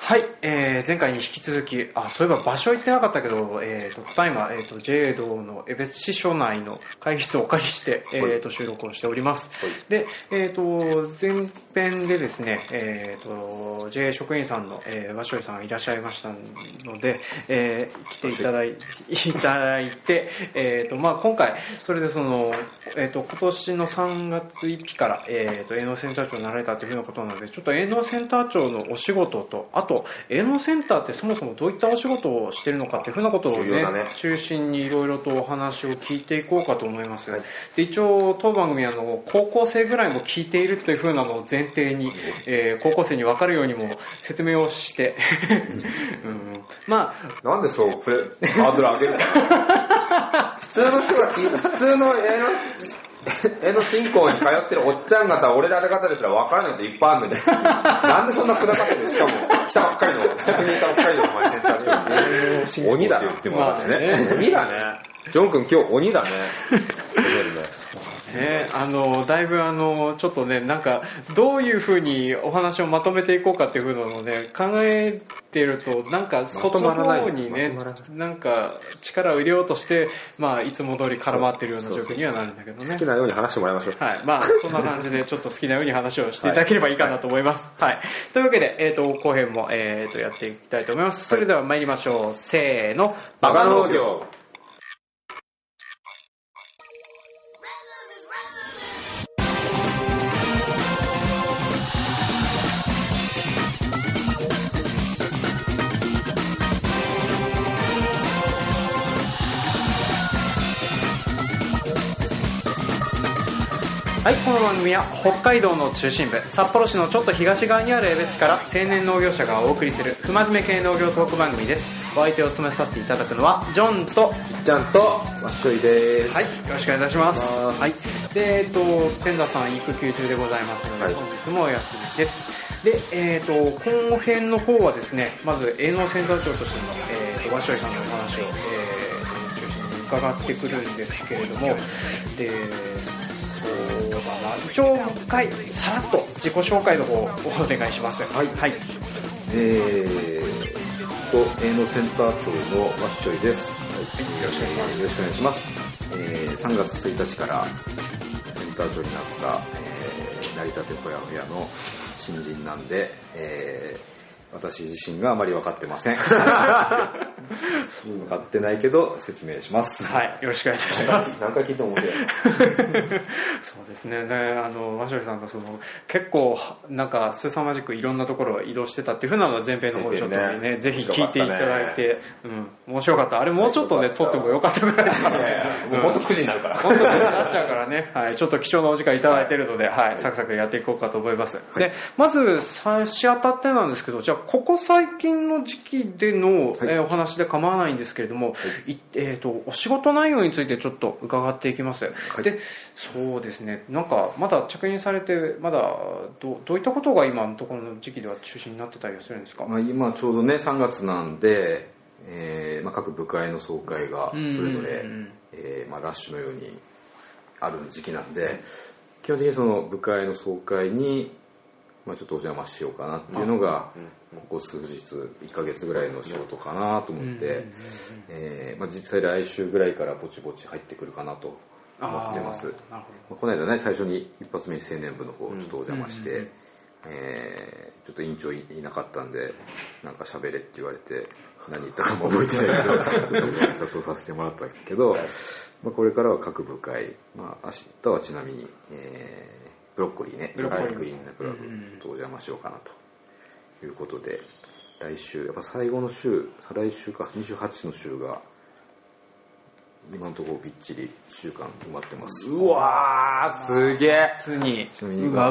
はい、前回に引き続き、そういえば場所行ってなかったけど、ただいま、JA 道の江別市所内の会議室をお借りして、収録をしております。で、前編でですね、JA 職員さんの、和尚さんがいらっしゃいましたので、来ていただいて、今回、それでその、今年の3月1日から、営農センター長になられたというふうなことなので、ちょっと営農センター長のお仕事と、あと営農センターってそもそもどういったお仕事をしているのかっていうふうなことをね、中心にいろいろとお話を聞いていこうかと思います。で、一応当番組高校生ぐらいも聞いているというふうなのを前提に、高校生に分かるようにも説明をして、 なんでそうハードル上げるかな。普通の人が普通の営農振興に通ってるおっちゃん方、俺ら方ですら分からないこといっぱいあるのに、なんでそんな砕かれてる、しかも来たばっかりの、着任したばっかりのお前センター長、鬼だなって言ってもらってね。鬼だね。ジョン君今日鬼だね。 だいぶちょっとね、なんかどういうふうにお話をまとめていこうかっていうふうなのをね、考えてると、なんかそっちの方にね、なんか力を入れようとして、いつも通り絡まってるような状況にはなるんだけどね。 好きなように話してもらいましょう。 はい、そんな感じでちょっと好きなように話をしていただければいいかなと思います。はい。というわけで、後編もやっていきたいと思います。それでは参りましょう。せーの、 バカ農業。 はい、この番組は北海道の中心部札幌市のちょっと東側にある江別市から青年農業者がお送りする不真面目系農業トーク番組です。お相手を務めさせていただくのはジョンとちゃんとわっしょいです。 はい、よろしくお願いいたします。はい、でペンダさん育休中でございますので、本日もお休みです。で、後編の方はですね、まず営農センター長としての、わっしょいさんのお話を、中心に伺ってくるんですけれども、で一応もう一回さらっと自己紹介の方をお願いします。はい、はい。 営農センター長のわっしょいです。はい、よろしくお願いします。3月1日からセンター長になった、成り立てほやほやの新人なんで、私自身があまり分かってません。分かってないけど説明します。 はい、よろしくお願いいたします。 何回聞いても面白い。 そうですね。和尚さんが結構なんか凄まじくいろんなところを移動してたっていう風なのは前編の方ちょっとね、ぜひ聞いていただいて、面白かった。あれもうちょっとね撮ってもよかったぐらいだからね。 もう本当9時になるから。 本当9時になっちゃうからね。はい、ちょっと貴重なお時間いただいているので、はい、サクサクやっていこうかと思います。で、まず差し当たってなんですけど、じゃあここ最近の時期での、お話で構わないんですけれども、お仕事内容についてちょっと伺っていきます。で、そうですね、なんかまだ着任されてまだどういったことが今のところの時期では中心になってたりするんですか？ 今ちょうどね3月なんで、各部会の総会がそれぞれ、ラッシュのようにある時期なんで、基本的にその部会の総会にちょっとお邪魔しようかなっていうのがここ数日1ヶ月ぐらいの仕事かなと思って、実際来週ぐらいからぼちぼち入ってくるかなと思ってます。この間ね最初に一発目に青年部の方ちょっとお邪魔して、ちょっと委員長いなかったんでなんか喋れって言われて何言ったかも覚えてないけど挨拶をさせてもらったけど、これからは各部会、明日はちなみに、ブロッコリーね、グリーンネプラグとお邪魔しようかなということで、来週やっぱ最後の週、再来週か28の週が今のところびっちり1週間埋まってます。 うわーすげえ。 つにちなみにうわ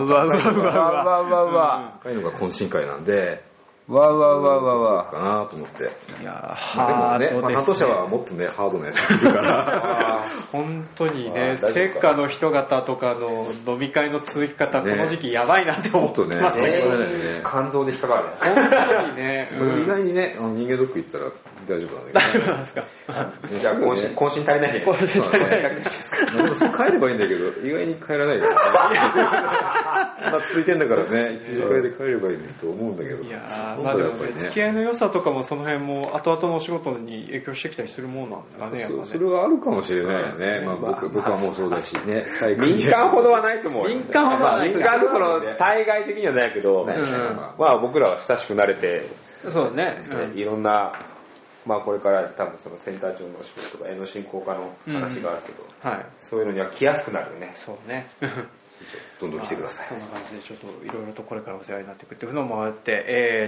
赤いのが懇親会なんで、 わかなと思って。 いやー、でもね、担当者はもっとねハードなやつがいるから本当にね、成果の人方とかの飲み会の続き方、この時期やばいなって思ってますね。 肝臓で引っかかるね。 本当にね、 意外にね人間ドック行ったら大丈夫なんだけど、 大丈夫なんですか？ じゃあ懇親足りないんでですか？でもそう帰ればいいんだけど意外に帰らないから続いてんだからね、一時会で帰ればいいと思うんだけど、 いやまあでもね、付き合いの良さとかもその辺も後々のお仕事に影響してきたりするもんなんですかね、やっぱね。 それはあるかもしれないよね。まあ僕はもうそうだしね。 民間ほどはないと思う。 民間ほどはない。 民間のその対外的にはないけど、まあ僕らは親しくなれて、 そうだね。 いろんな、まあこれから多分そのセンター長の仕事とか絵の振興課の話があるけど、はい、そういうのには来やすくなるよね。 そうね。 どんどん来てください。 こんな感じでちょっといろいろとこれからお世話になっていくっていうのもあって、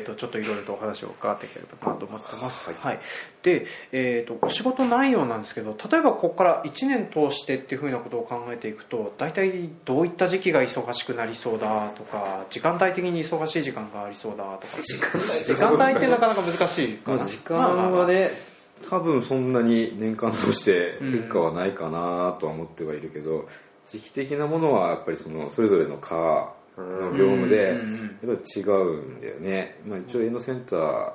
ちょっといろいろとお話を伺っていければなと思ってます。はい。で、お仕事内容なんですけど、例えばここから1年通してっていうふうなことを考えていくと、大体どういった時期が忙しくなりそうだとか、時間帯的に忙しい時間がありそうだとか、時間帯ってなかなか難しいかな。 時間はね、多分そんなに年間通して変化はないかなとは思ってはいるけど、時期的なものはやっぱりそれぞれの課の業務でやっぱり違うんだよね。まあ、一応絵のセンター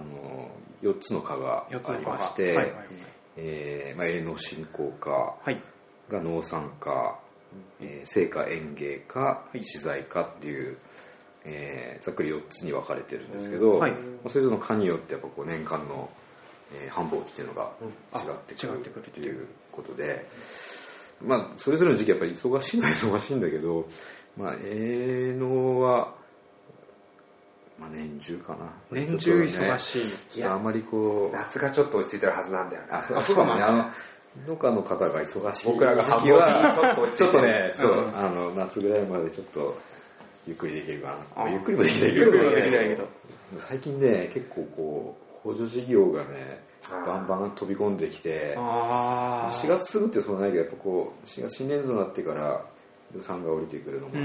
4つの課がありまして、まあ、絵の振興課が農産課、生花園芸課、資材課っていう、ざっくり4つに分かれてるんですけど、まあ、それぞれの課によってやっぱこう年間の、繁忙期っていうのが違ってくるということで。まあ、それぞれの時期やっぱり忙しいのは忙しいんだけど、まあ、営農は、まあ、年中かな。 年中忙しい。 ちょっとあんまりこう。 夏がちょっと落ち着いてるはずなんだよね。 そうかもね。農家の方が忙しい。 僕らが時期はちょっとね、そう、夏ぐらいまでちょっとゆっくりできるかな。ゆっくりもできないけど。最近ね、結構こう、補助事業がね、バンバン飛び込んできて、4月すぐってそうないけど、やっぱこう4月新年度になってから予算が降りてくるのもあって、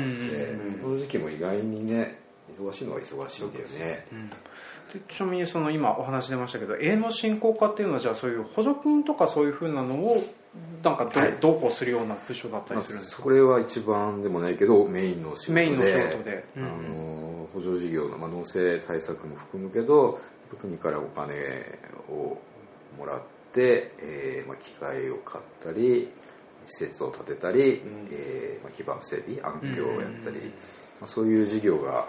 その時期も意外にね忙しいのは忙しいんだよね。 ちなみに今お話出ましたけど、営農振興課っていうのはじゃあそういう補助金とかそういうふうなのをなんかどうこうするような部署だったりするんですか？ それは一番でもないけどメインの仕事で、補助事業の、農政対策も含むけど国からお金をもらって、機械を買ったり施設を建てたり、基盤整備暗渠をやったり、そういう事業が、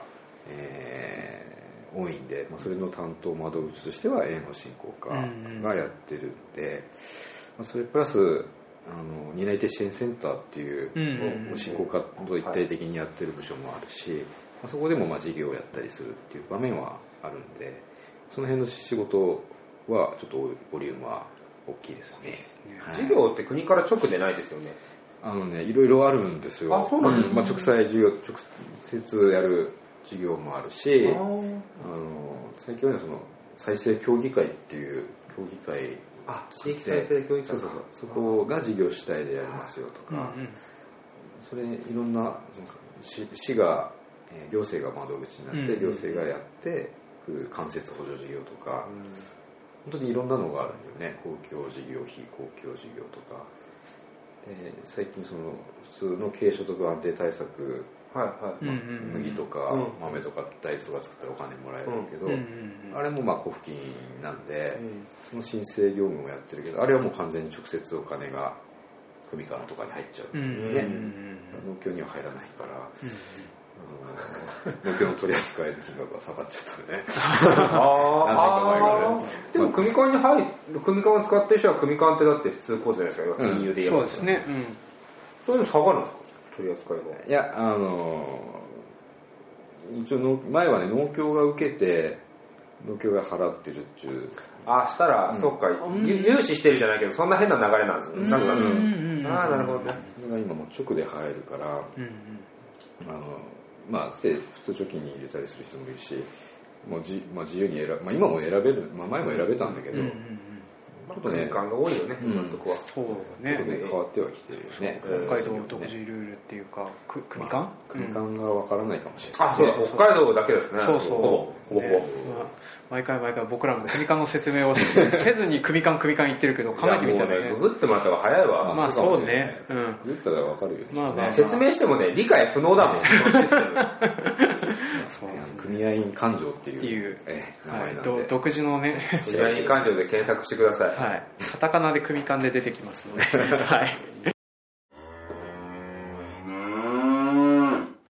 多いんで、それの担当窓口としては営農振興課がやってるんで、それプラス担い手支援センターっていうのを振興課と一体的にやってる部署もあるし、そこでも事業をやったりするっていう場面はあるんで、その辺の仕事はちょっとボリュームは大きいですね。 事業って国から直でないですよね。 いろいろあるんですよ。 そうなんですか。 直接やる事業もあるし、最近は再生協議会っていう協議会、 地域再生協議会、 そこが事業主体でやりますよとか、それいろんな市が行政が窓口になって行政がやって間接補助事業とか、本当にいろんなのがあるんだよね。公共事業、非公共事業とかで、最近普通の低所得安定対策、麦とか豆とか大豆とか作ったらお金もらえるけど、あれも交付金なんで、その申請業務もやってるけど、あれはもう完全に直接お金が組間とかに入っちゃうんで、農協には入らないから、農協の取り扱いの金額が下がっちゃったね。 でも組間に入る、組間を使ってる人は組間ってだって普通構図じゃないですか。金融でやる。 そうですね。 そういうの下がるんですか、取り扱いが。 いや、一応前はね、農協が受けて農協が払ってるっていう。 したら、そうか、融資してるじゃないけど、そんな変な流れなんですね。なるほどね。 それが今も直で入るから、普通貯金に入れたりする人もいるし、もう自由に今も選べる、前も選べたんだけど、 ちょっとね、感が多いよね、今のとこは。 そうね。 変わってはきてるよね。 北海道独自ルールっていうか、組間がわからないかもしれない。 そうだ、北海道だけですね。 そうそう。 ほぼ。 毎回僕らも組間の説明をせずに組間言ってるけど、考えてみたらね。 ググってもらった方が早いわ。 そうね。 ググったらわかるよね。説明してもね、理解不能だもん、このシステム。 組合員勘定っていう名前なんで、 独自のね、 組合員勘定で検索してください。 はい、カタカナで組間で出てきますので、はい。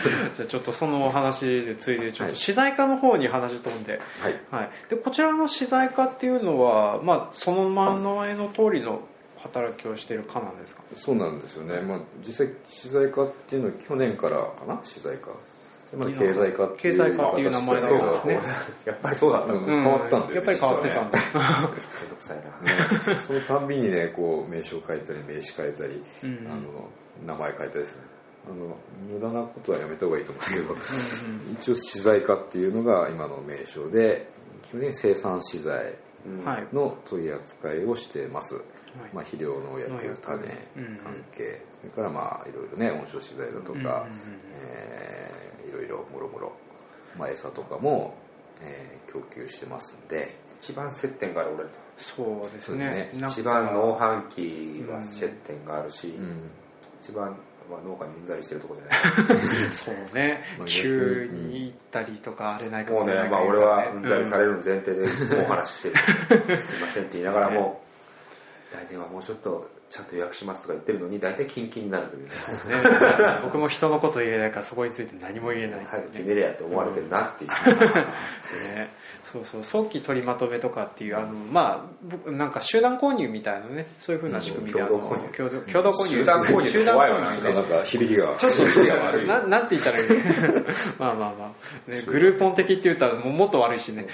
じゃあちょっとそのお話でついでちょっと資材化の方に話飛んで、はいでこちらの資材化っていうのは、まあ、その名前の通りの働きをしている課なんですか？ そうなんですよね、まあ、実際資材化っていうのは去年からかな、資材化まだ経済化っていう名前なんですね。 やっぱりそうだったの、 変わったんだよね、 やっぱり変わってたんだ。 めんどくさいな。 そのたんびにねこう名称変えたり名刺変えたり、名前変えたりですね、無駄なことはやめた方がいいと思うんですけど、一応資材化っていうのが今の名称で、基本的に生産資材の取り扱いをしています、まあ、肥料農薬種関係、それからまあいろいろね温床資材だとか、いろいろもろもろ、まあ、餌とかも、供給してますんで、 一番接点がある俺と。 そうですね。 一番農販機は接点があるし、一番、まあ、農家にうんざりしてるところじゃないそうね、急に行ったりとかあれないかもうね、まあ、俺はうんざりされるの前提でいつもお話ししてる、すいませんって言いながらも、来年はもうちょっとちゃんと予約しますとか言ってるのに大体キンキンになるというね。 僕も人のこと言えないからそこについて何も言えない、 早く決めれやって思われてるなっていう、 ね、そう早期取りまとめとかっていうまあなんか集団購入みたいなね、そういう風な仕組みで共同購入集団購入怖いわ、なんか響きがちょっと響きが悪いなんて言ったらいいまあまあまあ、ね、グルーポン的って言ったらもっと悪いしね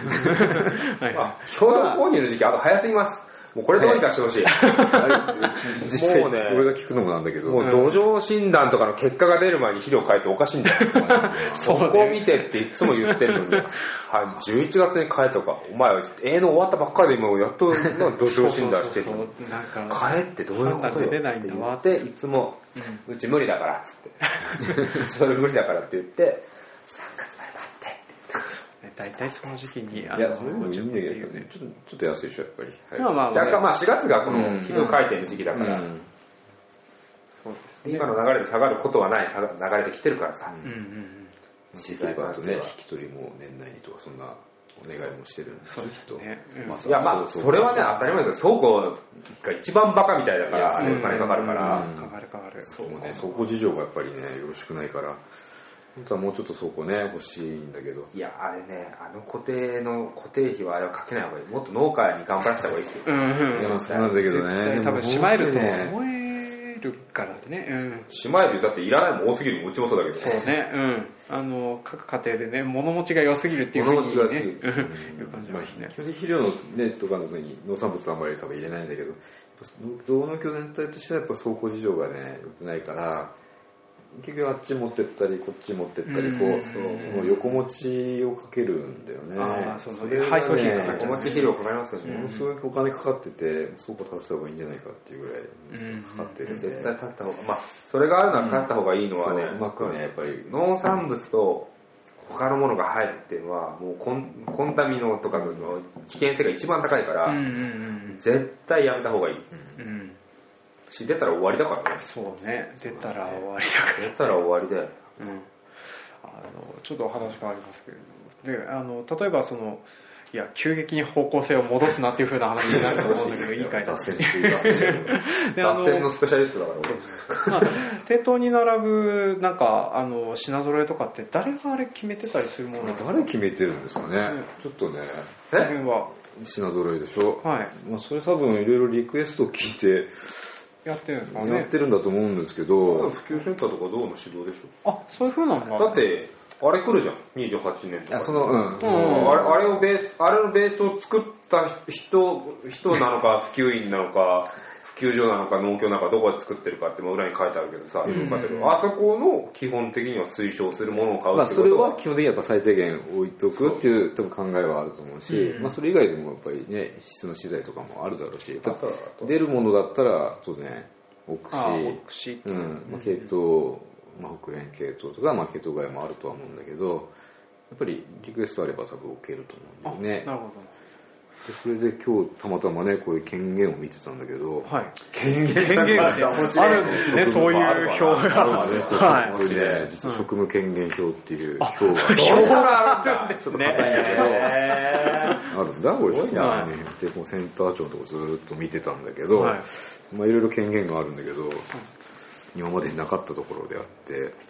共同購入の時期あと早すぎます。もうこれどうにかしてほしい。 実際もうね、俺が聞くのもなんだけど、 もう土壌診断とかの結果が出る前に肥料変えておかしいんだよ。そこを見てっていつも言ってるのに、11月に変えとか、お前は終わったばっかりで今やっと土壌診断してるのに、変えってどういうことよって言って、いつもうち無理だからっつってそれ無理だからって言って3月まで待ってって言って、 大体その時期にいやそれもいいんだけど、ちょっと安いでしょやっぱり、 若干まあ4月がこの肥料改定の時期だから、 そうですね、 今の流れで下がることはない流れで来てるからさ、 資材化とね引き取りも年内にとかそんなお願いもしてるんですそうですね、 いやまあそれはね当たり前ですけど、倉庫が一番バカみたいだからお金かかるから、 かかるそうね、倉庫事情がやっぱりねよろしくないから、本当はもうちょっと倉庫ね欲しいんだけど、 いやあれね、固定費はあれはかけない方がいい。もっと農家に頑張らせた方がいいですよ。 いやそうなんだけどね、 多分しまえると思えるからね、 しまえるだっていらないもん多すぎるもん、うちもそうだけど、 そうね、各家庭でね物持ちが良すぎるっていうふうにねいう感じますね。 基本的に肥料のねとかの時に農産物あんまり多分入れないんだけど、農協全体としてはやっぱ倉庫事情がね良くないから、結局あっち持ってったりこっち持ってったり、こうその横持ちをかけるんだよね。 それ配送費が横持ち肥料かかりますよね。 ものすごいお金かかってて、倉庫立てた方がいいんじゃないかっていうぐらいかかってるんで、 絶対立った方が、まあそれがあるなら立った方がいいのはね、 うまくねやっぱり農産物と他のものが入るっていうのはもうコンタミノとかの危険性が一番高いから、絶対やめた方がいい。出たら終わりだからね。 そうね、出たら終わりだから。 出たら終わりだよ。 ちょっとお話変わりますけれども、で例えばいや急激に方向性を戻すなっていう風な話になると思うんだけどいいかいな。 脱線して脱線のスペシャリストだから俺。 店頭に並ぶなんか品揃えとかって誰があれ決めてたりするものなんですか？ 誰決めてるんですかね。ちょっとね。 その辺は品揃えでしょ。 はい。 まあそれ多分いろいろリクエストを聞いて。 やってるんですかね。 やってるんだと思うんですけど、 普及センターとかどうの指導でしょ。 あ、そういう風なんだ。 だってあれ来るじゃん、28年とか。あれのベースを作った人なのか普及員なのか普及所なのか農協なのかどこで作ってるかって裏に書いてあるけどさ、あそこの基本的には推奨するものを買うってことは、 それは基本的にやっぱ最低限置いとくっていう多分考えはあると思うし、それ以外でもやっぱりね必須の資材とかもあるだろうし、出るものだったら当然置くし、系統、北連系統とか系統外もあるとは思うんだけど、やっぱりリクエストあれば多分置けると思うんだよね。 なるほど。 それで今日たまたまねこういう権限を見てたんだけど、 権限ってあるんですね、そういう表が。 これね実は職務権限表っていう表があるんですね。 ちょっと硬いんだけどあるんだこれ。でセンター長のとこずっと見てたんだけど、いろいろ権限があるんだけど今までなかったところであって、こ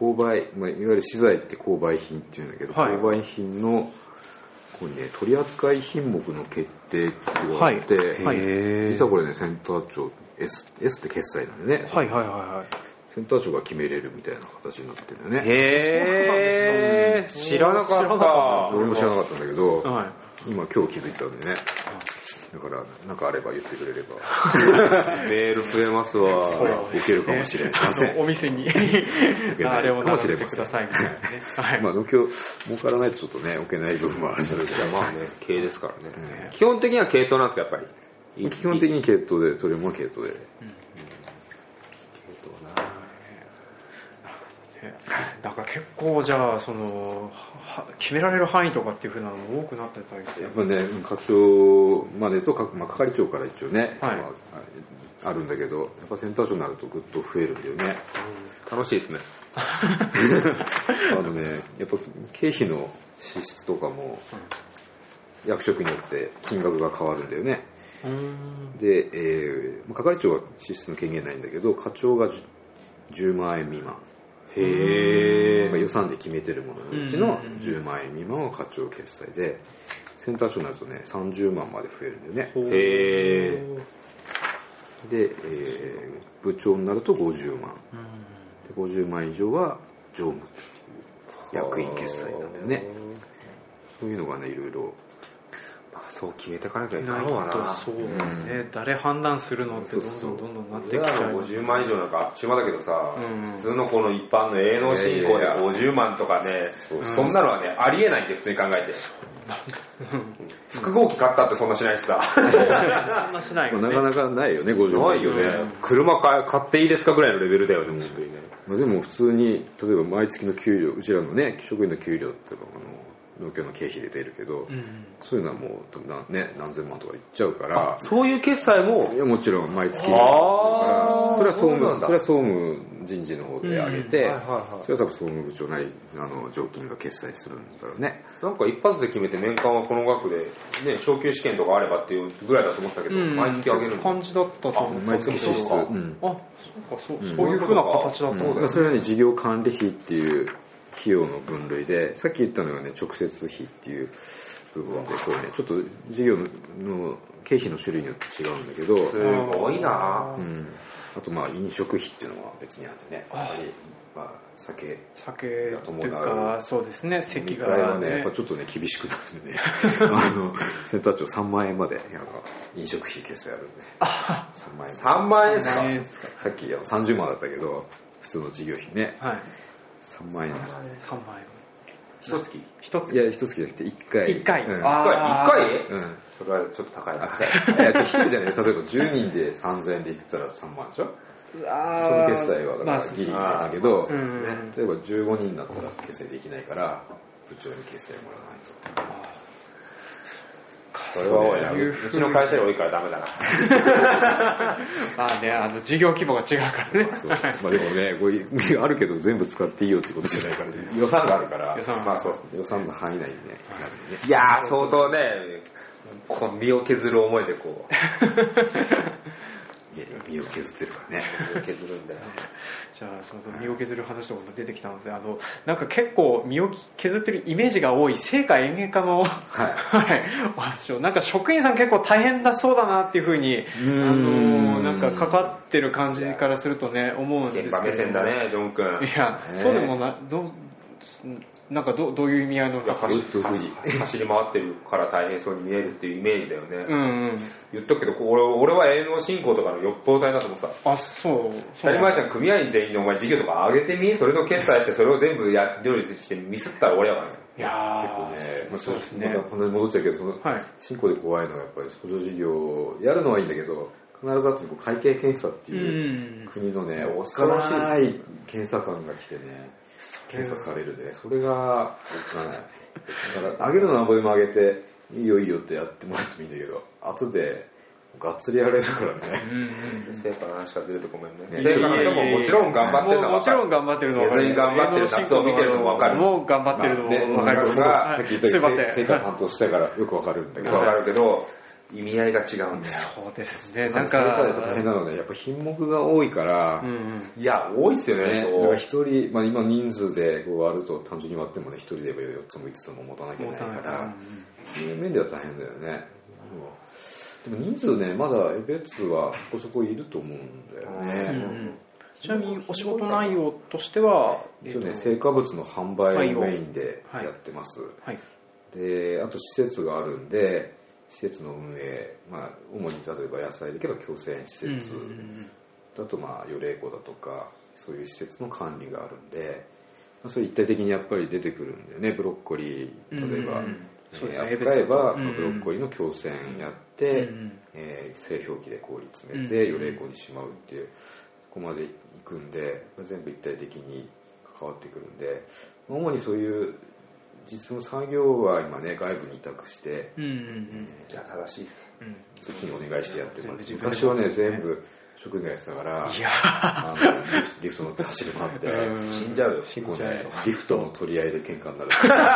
購買、まあ、いわゆる資材って購買品っていうんだけど、購買品のここにね取扱品目の決定っていうのがあって、実はこれねセンター長 S って決済なんでね、センター長が決めれるみたいな形になってるんだよね。 へえ、知らなかった。 俺も知らなかったんだけど、今日気づいたんでね。だから何かあれば言ってくれればメール増えますわ。 受けるかもしれません。 お店にあれを頼んでくださいみたいなね。 まあ今日儲からないとちょっとね置けない部分もあるんですけど、 まあね経ですからね。基本的には系統なんですかやっぱり。 基本的に系統で、それも系統で。 だから結構じゃあその決められる範囲とかっていう風なのも多くなってたりして、 やっぱね課長までとまあ、係長から一応ね、あるんだけど、やっぱセンター長になるとぐっと増えるんだよね。 楽しいですね。 やっぱ経費の支出とかも役職によって金額が変わるんだよね。で、係長は支出の権限ないんだけど、課長が10万円未満。予算で決めてるもののうちの10万円未満は課長決済で、センター長になるとね30万まで増えるんだよね。で、部長になると50万、で50万以上は常務っていう役員決済なんだよね。そういうのがねいろいろそう決めていかなきゃいけないわな。 そうね、誰判断するのってどんどんなってきちゃう。 50万以上なんかあっちゅう間だけどさ、普通のこの一般の営農振興で50万とかね、そんなのはねありえないんで普通に考えて。複合機買ったってそんなしないしさ。 そんなしないよね。 なかなかないよね50万。 ないよね。車買っていいですかぐらいのレベルだよね。 でも普通に例えば毎月の給料、うちらのね職員の給料って農協の経費で出るけど、そういうのはもう何千万とかいっちゃうから。 そういう決済も。 いやもちろん毎月。それは総務人事の方で上げて、それは多分総務部長なり常勤が決済するんだろうね。 なんか一発で決めて年間はこの額でね昇給試験とかあればっていうぐらいだと思ったけど、毎月上げる感じだったと思う。 毎月支出。 そういう風な形だったんだ。 それはね事業管理費っていう費用の分類で、さっき言ったのがね直接費っていう部分で、こうねちょっと事業の経費の種類によって違うんだけど、 すごいな。 あとまあ飲食費っていうのは別にあってね、やっぱりまあ酒が伴う、そうですね、席がね、やっぱちょっとね厳しくなるんでねセンター長3万円まで飲食費決済あるんで、 3万円ですか。 さっき30万だったけど普通の事業費ね、3万円。 3万円。 一月？ いや一月じゃなくて1回。 1回？1回？それはちょっと高いな。 いや1人じゃない。例えば10人で3000円で言ったら3万でしょ。その決済はだからギリだけど、例えば15人だったら決済できないから部長に決済もらわないと。 それは多いな。うちの会社より多いからダメだな。事業規模が違うからね。 まあでもね、これあるけど全部使っていいよってことじゃないから、予算があるから、予算の範囲内にね。 いやー相当ね、身を削る思いでこう。 身を削ってるからね。 身を削るんだよ。 じゃあその身を削る話とかも出てきたので、なんか結構身を削ってるイメージが多い生花園芸家のお話を、なんか職員さん結構大変だそうだなっていう風になんかかかってる感じからするとね思うんですけど。 現場目線だねジョン君。 いやそうでもなんかどういう意味合いの走り回ってるから大変そうに見えるっていうイメージだよね。言っとくけど俺は営農振興とかのよっぽど大変だと思ってさ。 そう当たり前じゃん。組合員全員でお前事業とか上げてみ、それの決済してそれを全部料理してミスったら終わりやからね。 いや結構ね、そうですね。また戻っちゃうけど、振興で怖いのはやっぱり補助事業をやるのはいいんだけど、必ずあと会計検査っていう国のね、恐ろしい検査官が来てね、検査されるで、それがおっかない。だから上げるのなんぼでも上げていいよいいよってやってもらってもいいんだけど、後でがっつりやられるからね。 成果の話からずれてごめんね。成果の人ももちろん頑張ってるのはもちろん頑張ってるのは分かる。 別に頑張ってる夏を見てるのも分かる。 もう頑張ってるのも分かる。 さっき言った成果担当したからよく分かるんだけど。 分かるけど、 意味合いが違うんだよ。 そうですね。 なんか大変なので、やっぱ品目が多いから、 いや多いっすよね。 だから一人、まあ今人数でこう割ると単純に割ってもね、一人で4つも5つも持たなきゃいけないから、そういう面では大変だよね。でも人数ね、まだ江別はそこそこいると思うんだよね。 ちなみにお仕事内容としては、 一応ね、成果物の販売をメインでやってます。で、あと施設があるんで、施設の運営、まあ、主に例えば野菜でいけば共生施設だと、まあ、予冷庫だとかそういう施設の管理があるんで、まあ、それ一体的にやっぱり出てくるんだよね。ブロッコリー例えば、扱えば、ブロッコリーの共生やって、製氷機で氷詰めて予冷庫にしまうっていう、ここまで行くんで全部一体的に関わってくるんで、主にそういう実務作業は今ね、外部に委託して、 いや正しいっす、 そっちにお願いしてやってます。昔はね、全部職員がやってたから、リフト乗って走り回って死んじゃうよ。 リフトの取り合いで喧嘩になる。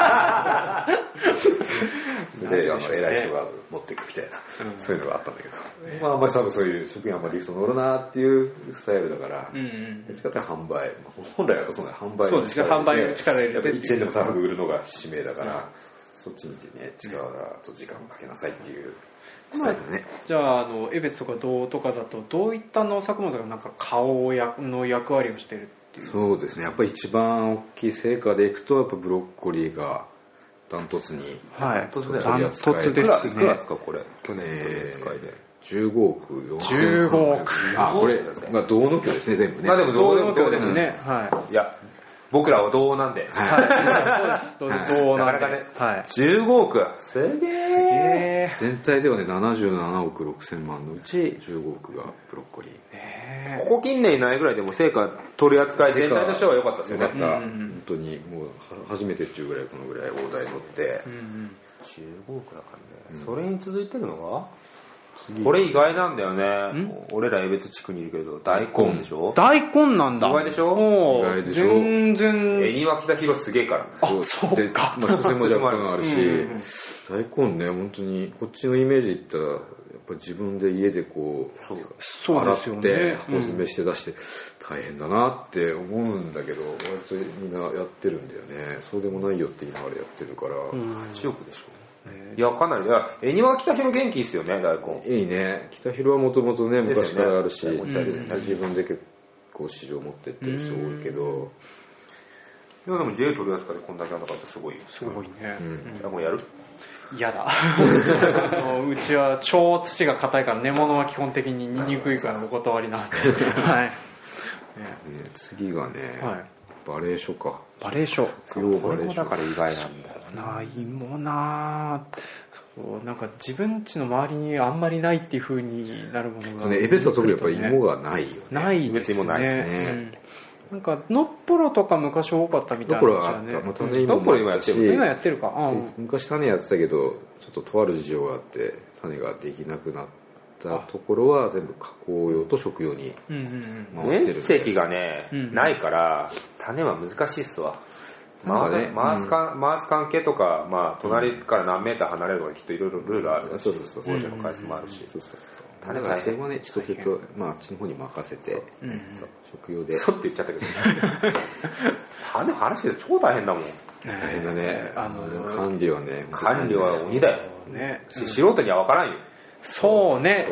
それで偉い人が持っていくみたいな、そういうのがあったんだけど、まああんまり多分そういう職員はあんまりリフト乗るなっていうスタイルだから、どっちかって販売、本来はそうね、販売に力入れて 1円でも高く売るのが使命だから、そっちにね、力と時間をかけなさいっていうスタイルだね。 じゃあ江別とか道とかだとどういった農作物がなんか顔の役割をしてるっていう？ そうですね、やっぱり一番大きい成果でいくとやっぱブロッコリーがダントツに、 ダントツですね。 いくらですかこれ去年の取り扱いで 15億 4,000万。 これまあ道の協ですね、全部ね。 まあでも道の協ですね。 いや僕らは道なんで、 そうです、道なんで、 なかなかね、15億すげえ。 全体ではね77億6,000万のうち15億がブロッコリー。 ここ近年いないぐらいでも成果取り扱い全体としては良かったですよね。 本当にもう初めてっていうぐらいこのぐらい大台取って、 15億だからね。それに続いてるのがこれ意外なんだよね。俺ら江別地区にいるけど大根でしょ。 大根なんだ。 意外でしょ。 意外でしょ。 全然。 恵庭北広すげえから。 あ、そうか。 まあ初戦も若干あるし、大根ね、本当にこっちのイメージ言ったらやっぱ自分で家でこう洗って箱詰めして出して大変だなって思うんだけど、割とみんなやってるんだよね。そうでもないよって言いながらやってるから。 8億でしょ。いやかなり、いや恵庭北広元気いいっすよね。大根いいね。北広はもともとね昔からあるし、自分で結構市場持ってってる人多いけど、 いやでも J 取り扱いでこんだけあんなかったらすごいよ。 すごいね。 もうやる？ 嫌だ。うちは超土が硬いから根物は基本的ににくいからお断りなんで。はい。 次がね、バレー書か。 バレー書。 これもだから意外なんだよ。 芋なそうなんか自分家の周りにあんまりないっていう風になるものが、 ね、江別は特にやっぱり芋がないよね。 ないですね。なんかのっぽろとか昔多かったみたいなんですよね。 のっぽろはあった。種芋もやってる。 今やってるか。 昔種やってたけどちょっととある事情があって種ができなくなったところは全部加工用と食用に回ってる。面積がね、ないから種は難しいっすわ。回す関係とか、まあ、隣から何メーター離れるとかきっといろいろルールあるし、放射の回数もあるし、 種大変はね、千歳と、まあ、あっちの方に任せて、食用で。 そうって言っちゃったけど、種話して超大変だもん。 大変だね。管理はね、 管理は鬼だよ。素人には分からんよ。 そうね、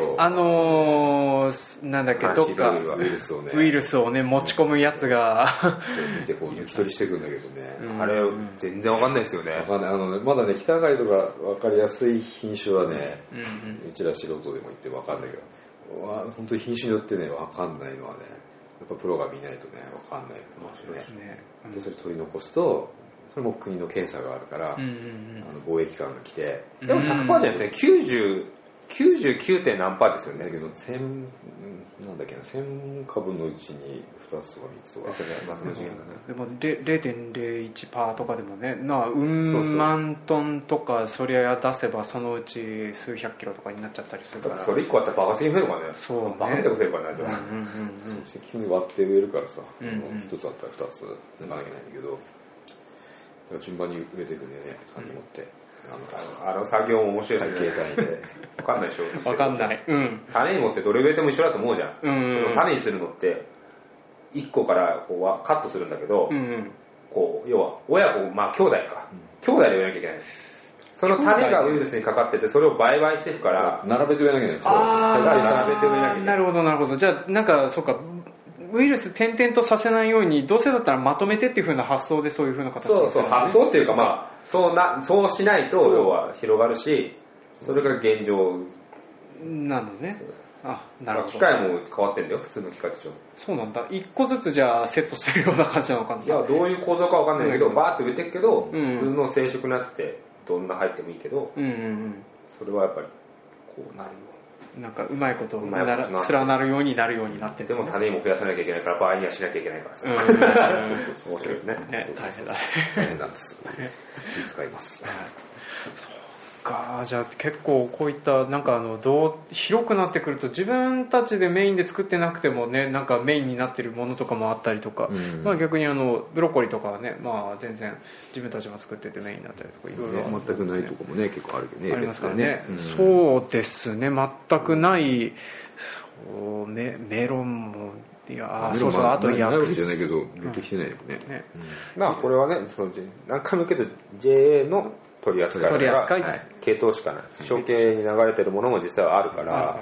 なんだっけ、どっかウイルスをね持ち込むやつが見てこう抜き取りしていくんだけどね、 あれ全然わかんないですよね。 わかんない。まだね北上がりとかわかりやすい品種はね、うちら素人でも言ってわかんないけど、本当に品種によってねわかんないのはね、やっぱプロが見ないとねわかんないかもしれないですね。でそれ取り残すとそれも国の検査があるから、貿易官が来て、 でも 100% じゃないですね。99. 点何パーですよね。 だけどなんだっけな、1000株のうちに2つとか3つとかでも 0.01% とかでもね、万トンとかそりゃ出せばそのうち数百キロとかになっちゃったりするから、 それ1個あったらバカすぎ増えるからね。 そうね、 バカみたいに増えるからね。 急に割って植えるからさ、1つあったら2つ抜かなきゃいけないんだけど、だから順番に植えていくんでね、3人持って。 あの作業も面白いですね。 会計単位で分かんないでしょ。 分かんない。うん。 種芋ってどれ植えても一緒だと思うじゃん。 うん。 種にするのって1個からこうカットするんだけど、こう要は親子、まあ兄弟か、兄弟で植えなきゃいけない。その種がウイルスにかかってて、それを売買してるから並べて植えなきゃいけない。 並べて植えなきゃいけない。 なるほどなるほど。じゃあなんかそうか、ウイルス点々とさせないように、どうせだったらまとめてっていう風な発想でそういう風な形に、そう発想っていうか、まあそうしないと要は広がるし、それが現状なのね。あ、なるほど。 機械も変わってんだよ、普通の機械と違う。 そうなんだ。一個ずつじゃあセットしてるような感じなのかな。 いや、どういう構造かわかんないけど、バーって植えてるけど、普通の生殖なすってどんな入ってもいいけど、それはやっぱりこうなるよ。 なんかうまいこと連なるようになるようになってて、 でも種も増やさなきゃいけないから、場合にはしなきゃいけないからさ。面白いね。 大変だ。 大変なんです。気遣います。 じゃあ結構こういったなんか広くなってくると、自分たちでメインで作ってなくてもね、なんかメインになってるものとかもあったりとか、まあ逆にブロッコリーとかはね、まあ全然自分たちも作っててメインになったりとかいろいろ全くないとこもね結構あるけどね。 ありますからね。そうですね、全くないメロンも。いやそうそう、あとないわけじゃないけど出てきてないよね。 まあこれはね、何回も言うけど JA の取り扱い系統しかない。承継に流れてるものも実際はあるから、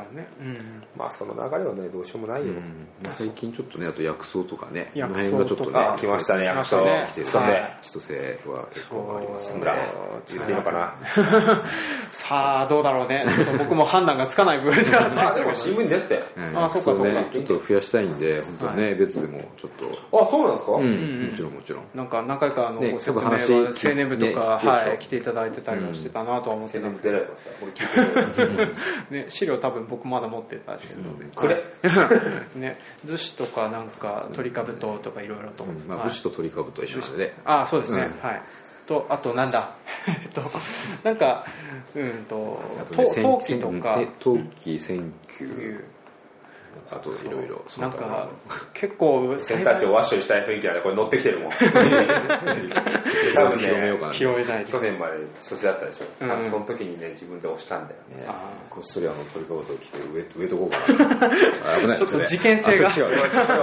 まあその流れはねどうしようもないよ。 最近ちょっとね、あと薬草とかね、 薬草がちょっとね来ましたね。薬草千歳は結構ありますね。 言っていいのかな。 さあどうだろうね。ちょっと僕も判断がつかない部分ではない。 でも新聞に出てたよ。 そうかそうか。 ちょっと増やしたいんで、本当はね別でもちょっと。 あ、そうなんですか。 もちろん。 なんか何回かご説明は青年部とか来ていただいてたりはしてたなとは思ってたんですけど。ね、資料多分僕まだ持ってたりするので。 くれ。 ね、逗子とかなんか鳥かぶととかいろいろと。 まあ逗子と鳥かぶとは一緒なんでね。 あ、そうですね。はい。あとなんだなんか陶器とか陶器選球、あといろいろなんか結構洗濯機をワッシュしたい雰囲気なんでこれ乗ってきてるもん。多分ね、 広めない去年まで初世だったでしょ。その時にね自分で押したんだよね。 こっそり鳥かぶとを着て植えとこうかな。危ない。 ちょっと事件性が事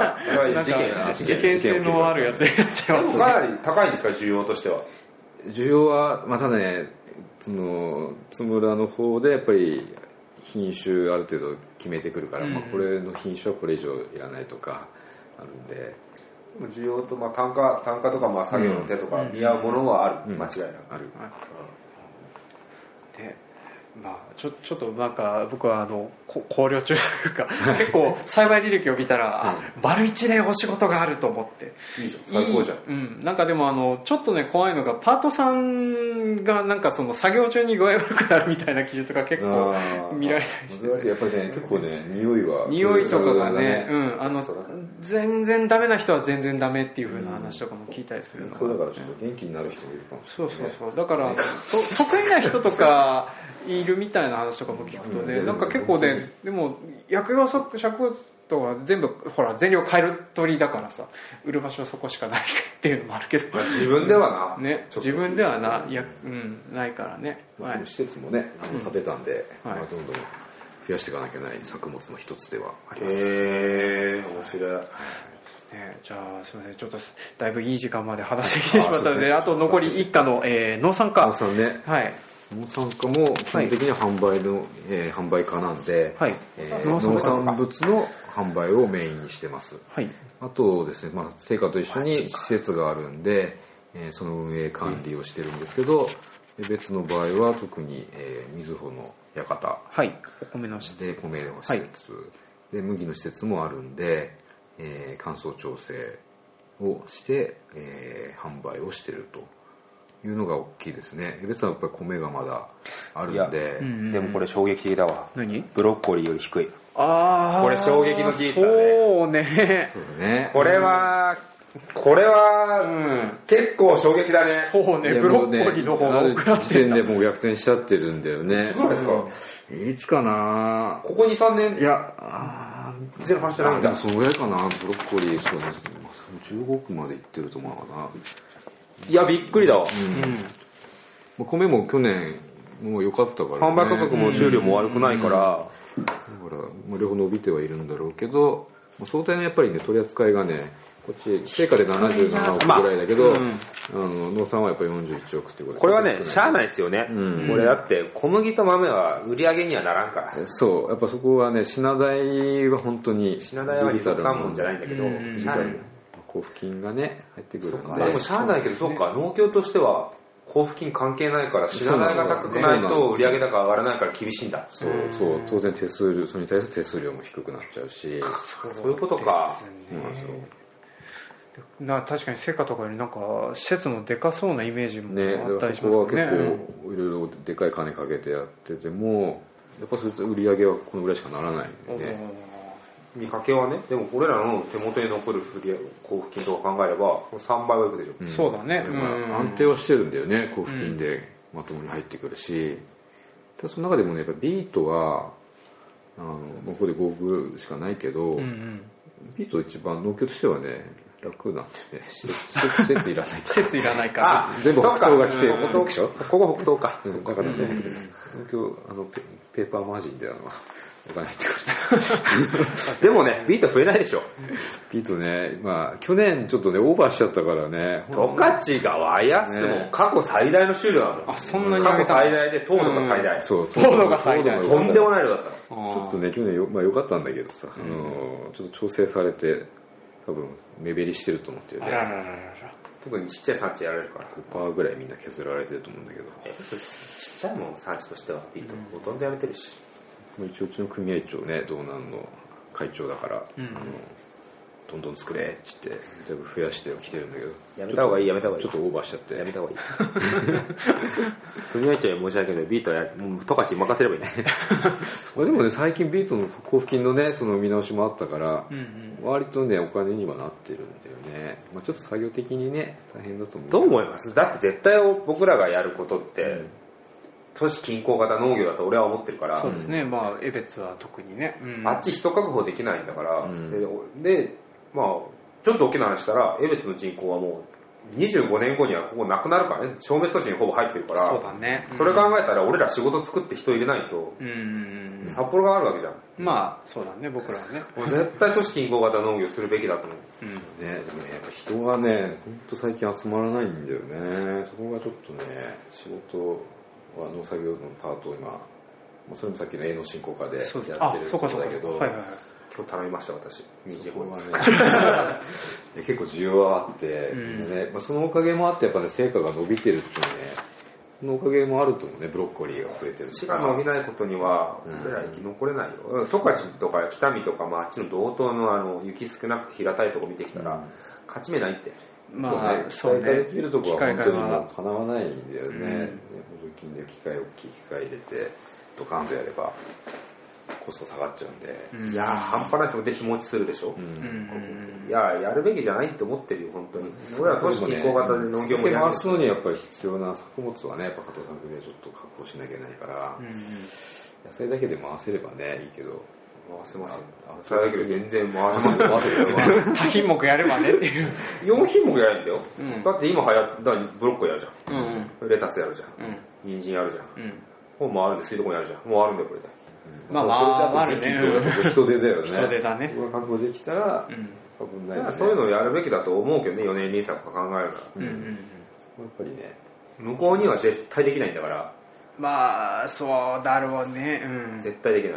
件性のあるやつになっちゃいますね。 かなり高いんですか、需要としては。 需要はまあただね、その津村の方でやっぱり品種ある程度決めてくるから、まあこれの品種はこれ以上いらないとかあるんで。 需要とまあ単価とかまあ作業の手とか見合うものはある、間違いなくある。 で、まあちょっとなんか僕は考慮中というか結構栽培履歴を見たら丸1年お仕事があると思って。 いいじゃん、最高じゃん。 なんかでもちょっとね怖いのがパートさんがなんかその作業中に具合悪くなるみたいな記述が結構見られたりして。 やっぱりね結構ね匂いとかがね、全然ダメな人は全然ダメっていう風な話とかも聞いたりするのが、 そうだからちょっと元気になる人もいるかもしれない。 そうだから得意な人とかいるみたいな話とかも聞くとね、なんか結構ね、でも薬用植物とは全部ほら全量買える鳥だからさ、売る場所はそこしかないっていうのもあるけど、 自分ではなね、自分ではないからね。 施設もね建てたんで、どんどん増やしていかなきゃいけない作物の一つではあります。 面白い。 じゃあすみません、ちょっとだいぶいい時間まで話してきてしまったので、あと残り1課の農産課。 農産ね。 はい。 農産課も基本的には販売課なんで、農産物の販売をメインにしてます。あとですね、成果と一緒に施設があるんで、その運営管理をしてるんですけど、別の場合は特に瑞穂の館、 お米の施設で米の施設で麦の施設もあるんで、乾燥調整をして、販売をしてるというのが大きいですね。別はやっぱり米がまだあるんで、 でもこれ衝撃的だわ。 何？ ブロッコリーより低い。 これ衝撃の事実だね。 そうね。 これは結構衝撃だね。 そうね、ブロッコリーの方が多くなって時点でもう逆転しちゃってるんだよね。 そうですか。 いつかな。 ここ 2,3 年。 いや、 全然話してないんだ。 でもそのぐらいかな。ブロッコリーそうですね。15億までいってると思うかな。 いやびっくりだわ。 米も去年もう良かったから、ね、 販売価格も収量も悪くないから、 だから両方伸びてはいるんだろうけど、相対のやっぱりね取り扱いがね、こっち成果で77億ぐらいだけど、農産はやっぱり41億ってことで、 これはねしゃあないですよね、これだって小麦と豆は売り上げにはならんから。 そうやっぱそこはね、品代は本当に品代は二足三文じゃないんだけど、しゃあない。 交付金がね入ってくるんで。 でもしゃあないけど、そうか、農協としては交付金関係ないから品代が高くないと売上高上がらないから厳しいんだ。 そう当然手数料、それに対する手数料も低くなっちゃうし、 そういうことか。 確かに成果とかよりなんか施設もでかそうなイメージもあったりしそこはますよね。 結構いろいろでかい金かけてやってても、やっぱそれと売り上げはこのぐらいしかならないんでね。 見かけはね、でも俺らの手元に残る交付金とか考えれば3倍はいくでしょ。 そうだね。 安定はしてるんだよね、交付金でまともに入ってくるし。ただその中でもね、やっぱビートはここでゴーグルしかないけど、ビート一番農協としてはね楽なんでね、施設いらない施設いらないか。 全部北東が来てるでしょ。 ここ北東か。 だからね、農協ペーパーマージンでお金入ってくる。でもね、ビート増えないでしょ。 ビートね、去年ちょっとねオーバーしちゃったからね。 十勝がワイヤスも過去最大の収量なの。 そんなに過去最大で糖度が最大。 そう、 糖度が最大。 とんでもない量だった。 ちょっとね去年良かったんだけどさ、ちょっと調整されて多分目減りしてると思ってるね。 特にちっちゃい産地やられるから 5% ぐらいみんな削られてると思うんだけど、 ちっちゃいもん産地としてはビートほとんどやめてるし、 一応うちの組合長ね、道南の会長だから、どんどん作れって言ってだいぶ増やしてきてるんだけど、 やめた方がいい、やめた方がいい、 ちょっとオーバーしちゃって、 やめた方がいい組合長に申し訳ないけどビートは十勝に任せればいいねでもね最近ビートの交付金のねその見直しもあったから、割とねお金にはなってるんだよね。ちょっと作業的にね大変だと思う。 どう思います？だって絶対僕らがやることって、都市近郊型農業だと俺は思ってるから。 そうですね、江別は特にね、 あっち人確保できないんだから、でちょっと大きな話したら江別の人口はもう25年後にはここなくなるからね、消滅都市にほぼ入ってるから。 そうだね、 それ考えたら俺ら仕事作って人入れないと、札幌があるわけじゃん。 そうだね、僕らはねもう絶対都市近郊型農業するべきだと思う。 ね、でもねやっぱ人がね本当最近集まらないんだよね。そこがちょっとね、仕事は農作業のパートを今、それもさっきの営農振興課でやってるそうだけど、 今日頼みました私、人参はね結構需要はあって、ね、そのおかげもあってやっぱね成果が伸びてるっていうね、そのおかげもあると思うね。ブロッコリーが増えてる。 血が伸びないことには俺ら生き残れないよ。十勝とか北見とか、あっちの道東の雪少なくて平たいとこ見てきたら、勝ち目ないって。 そうね、機械化できるとこは本当にもうかなわないんだよね。補助金で大きい機械入れてドカンとやればコスト下がっちゃうんで、 いや半端ないですよ。で日持ちするでしょ。いややるべきじゃないって思ってるよ本当に。俺ら都市近郊型で農業も回すのにやっぱり必要な作物はね、やっぱ加藤作でちょっと確保しなきゃいけないから、野菜だけで回せればねいいけど。 回せますよ。それだけで全然回せますよ。 多品目やればねっていう。 4品目やるんだよ。だって今流行ったブロッコリーやるじゃん。レタスやるじゃん。人参やるじゃん。本もあるんで、水道もやるじゃん。もうあるんだよこれで。 あるね。 人手だよね。 人手だね。 これ確保できたら危ないね。 そういうのをやるべきだと思うけどね、4年輪作とか考えるから。やっぱりね、 向こうには絶対できないんだから。 そうだろうね。 絶対できない。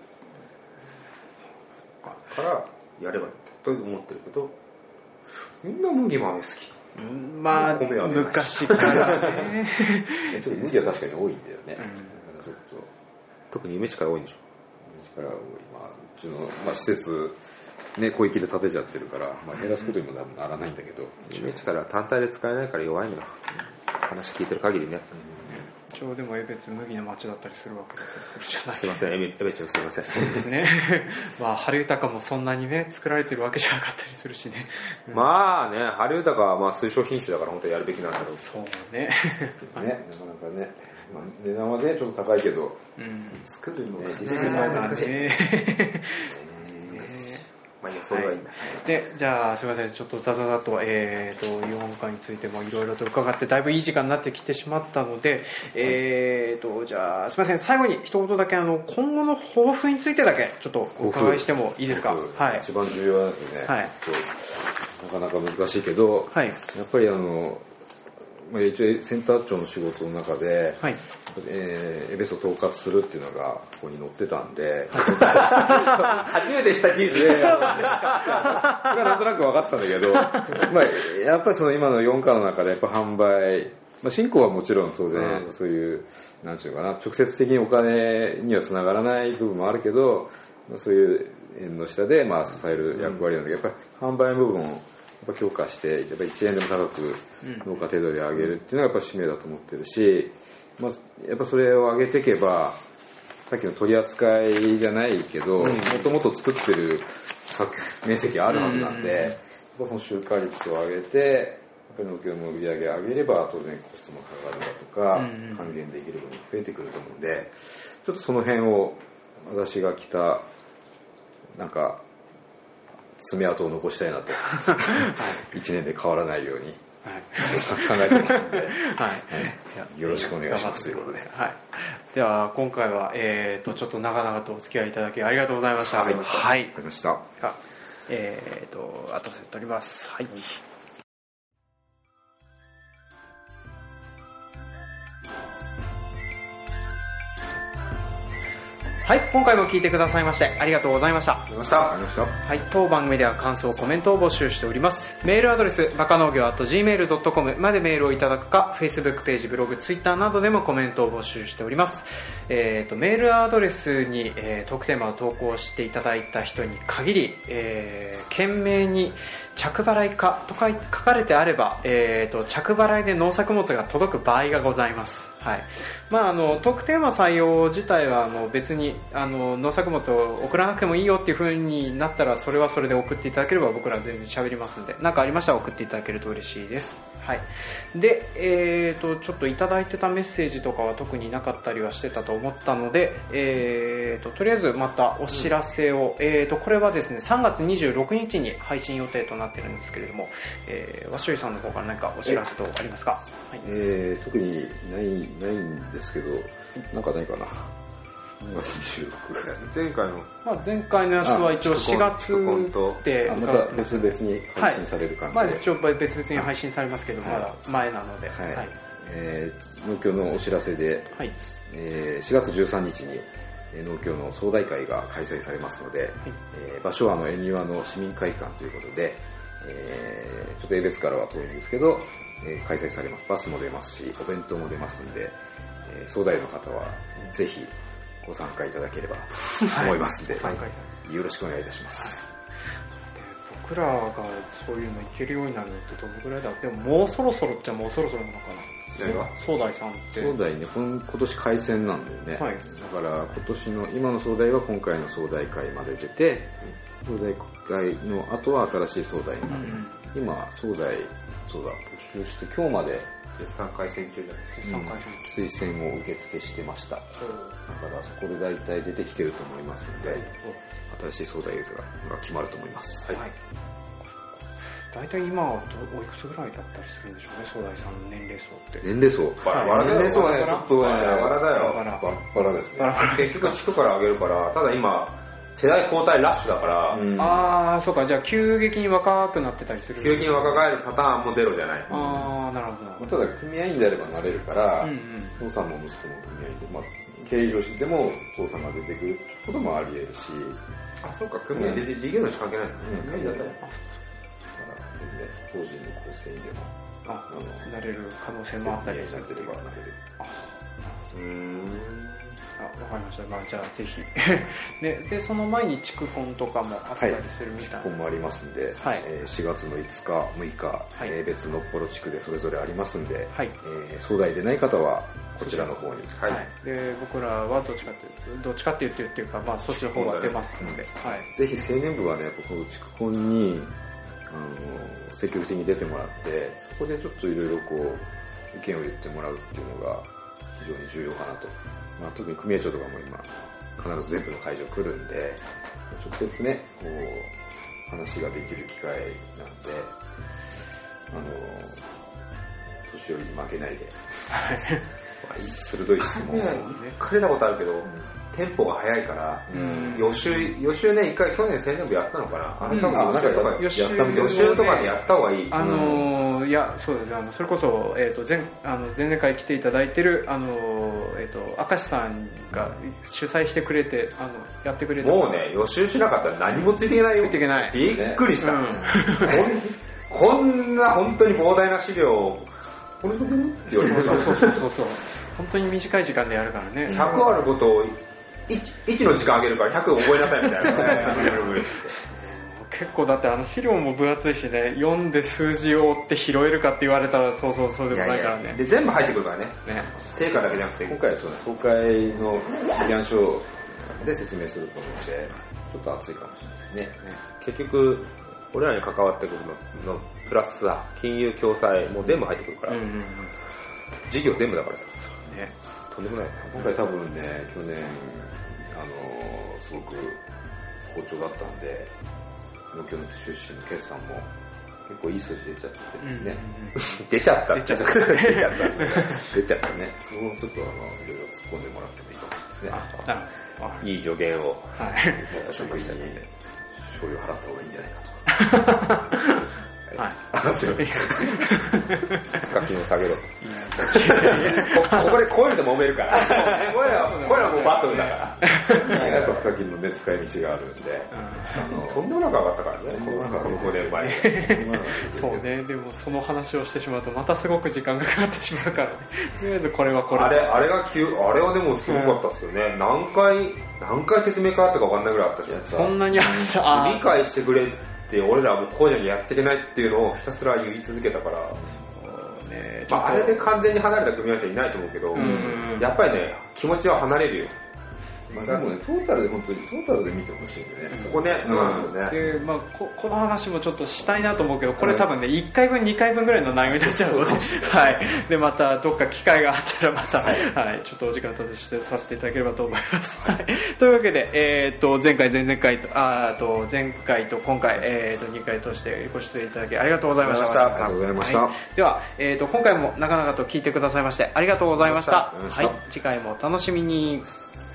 からやればいいと思ってるけど、みんな麦豆好き。 昔からね。 ちょっと麦は確かに多いんだよね。 特に夢力多いんでしょ。 夢力多い。うちの施設ね小域で建てちゃってるから、減らすことにもならないんだけど、 夢力単体で使えないから弱いのよ。話聞いてる限りね。 ちょうでも江別麦の町だったりするわけだったりするじゃない。 すいません、江別すいません。 そうですね。春豊もそんなにね作られてるわけじゃなかったりするしね。 春豊は推奨品種だから本当にやるべきなんだろう。 そうね。 なかなかね、値段はねちょっと高いけど、 作るのが難しい。 まあいいや、それはいいんだ。 で、じゃあすみません、ちょっとザザザと、4課についてもいろいろと伺ってだいぶいい時間になってきてしまったので、じゃあすみません、最後に一言だけ今後の抱負についてだけちょっとお伺いしてもいいですか。はい、 一番重要なんですよね、 はい、 なかなか難しいけど、はい、やっぱり一応センター長の仕事の中で、はい、エベスを統括するっていうのがここに載ってたんで初めてした記事でなんとなく分かってたんだけどやっぱりその今の4課の中でやっぱ販売、進行はもちろん当然そういう、なんていうかな、直接的にお金にはつながらない部分もあるけど、そういう縁の下で支える役割なんだけど、やっぱり販売部分を強化してやっぱり1円でも高く農家手取りを上げるっていうのがやっぱ使命だと思ってるし、やっぱそれを上げていけばさっきの取り扱いじゃないけど、もともと作ってる面積があるはずなんで、その集荷率を上げて農協の売り上げを上げれば当然コストもかかるんだとか、還元できる分増えてくると思うんで、ちょっとその辺を私が来たなんか爪痕を残したいなと1年で変わらないように考えてますので、よろしくお願いしますということで、 では今回は、ちょっと長々とお付き合いいただきありがとうございました。 はい、わかりました。 後せ取ります。はい。はい、今回も聞いてくださいましてありがとうございました。はい、当番組では感想コメントを募集しております。メールアドレスバカ農業@gmail.com までメールをいただくか、 Facebook ページ、ブログ、Twitter などでもコメントを募集しております。メールアドレスに、トークテーマを投稿していただいた人に限り、件名に着払いかとか書かれてあれば、着払いで農作物が届く場合がございます。はい、トークテーマ採用自体は別に農作物を送らなくてもいいよっていう風になったら、それはそれで送っていただければ僕ら全然喋りますので、何かありましたら送っていただけると嬉しいです。はい、で、ちょっといただいてたメッセージとかは特になかったりはしてたと思ったので、とりあえずまたお知らせを、これはですね3月26日に配信予定となっているんですけれども、和州さんの方から何かお知らせとありますか。はい、 特にないんですけど、なんかないかな。 前回の前回のやつは一応4月でまた別々に配信される感じで、 一応別々に配信されますけど、まだ前なので、 農協のお知らせで、4月13日に農協の総大会が開催されますので、場所は恵庭の市民会館ということで、ちょっと江別からは遠いんですけど、開催されます。バスも出ますしお弁当も出ますので、総大の方はぜひご参加いただければと思いますので、よろしくお願いいたします。 僕らがそういうのいけるようになるのってどのぐらいだ。でももうそろそろっちゃもうそろそろなのかな。総大さんって総大ね、今年開戦なんだよね、だから今年の今の総大は今回の総大会まで出て、総大会の後は新しい総大になる、今総大募集して今日まで絶賛開戦中じゃない、 推薦を受付してました。だからそこで大体出てきてると思いますので、新しい総大ユーザーが決まると思います。 大体今はおいくつぐらいだったりするんでしょうね、総大さんの年齢層って。 年齢層年齢層はね、ちょっとねバラだよ。 バラですね。 結局地区から上げるから、ただ今世代交代ラッシュだから、 そうか、じゃあ急激に若くなってたりする。 急激に若返るパターンもゼロじゃない。 なるほど。 ただ組合員であればなれるから、父さんも息子も組合員で、経営上しても父さんが出てくることもあり得るし。 そうか、組合別に事業主関係ないですかね。だったら法人の構成員でもなれる可能性もあったりなってればなれる。 わかりました。じゃあぜひでその前に地区コンとかもあったりするみたいな。 地区コンもありますんで、4月の5日6日、別のっぽろ地区でそれぞれありますんで、総大でない方はこちらの方に、 で僕らはどっちかって言っていうか、そっちの方が出ますので、 ぜひ青年部はね、この地区コンに積極的に出てもらって、そこでちょっといろいろ意見を言ってもらうっていうのが非常に重要かなと。特に組合長とかも今必ず全部の会場来るんで、直接ね話ができる機会なんで、年寄りに負けないで鋭い質問をくれたことあるけど、テンポが速いから、予習ね、一回去年青年部やったのかな、あれ多分予習とかでやった方がいい。 いや、そうですね、それこそ、前々回来ていただいてる明石さんが主催してくれてやってくれた。 もうね、予習しなかったら何もついていけないよ。 ついていけない。 びっくりした、こんな本当に膨大な資料をこれって言われました。 そう本当に短い時間でやるからね。 100あることを 1の時間あげるから100覚えなさいみたいな結構だって資料も分厚いしね、読んで数字を追って拾えるかって言われたらそうでもないからね。 で全部入ってくるからね。成果だけじゃなくて、 今回はそうね、総会の議案書で説明すると思ってちょっと熱いかもしれないですね。 結局俺らに関わってくるのプラスさ、金融共済も全部入ってくるから、事業全部だからさ。 そうね、 とんでもない。 今回多分ね、去年すごく好調だったんで、農協の出身の決算も結構いい数字出ちゃってね。 出ちゃったね。 出ちゃったね。そこをちょっといろいろ突っ込んでもらってもいいかもしれないですね。 なるほど。 いい助言を。 また職員に醤油払った方がいいんじゃないかとか。 はい。 課金を下げろ。ここでこういうので揉めるから。これはもうバトルだから。 やっぱ課金のね、使い道があるんで。 とんでもなく上がったからね。この5年前。 そうね、でもその話をしてしまうとまたすごく時間がかかってしまうからね。とりあえずこれはこれ。 あれはでもすごかったっすよね。何回説明会あったか分かんないぐらいあったし。 そんなにあった。 理解してくれって俺らはもうこうじゃやっていけないっていうのをひたすら言い続けたから。あれで完全に離れた組み合わせはいないと思うけど、やっぱりね、気持ちは離れるよ。 でもね、トータルで見てほしいんでね。 ここね、そうなんですよね。 で、この話もちょっとしたいなと思うけど、これ多分ね、1回分2回分ぐらいの内容になっちゃうので、はい。で、またどっか機会があったらまた、はい、ちょっとお時間立てしてさせていただければと思います。はい。というわけで、前回、前々回と、前回と今回、2回通してご出演いただきありがとうございました。 ありがとうございました。 では、今回もなかなかと聞いてくださいましてありがとうございました。はい。次回も楽しみに。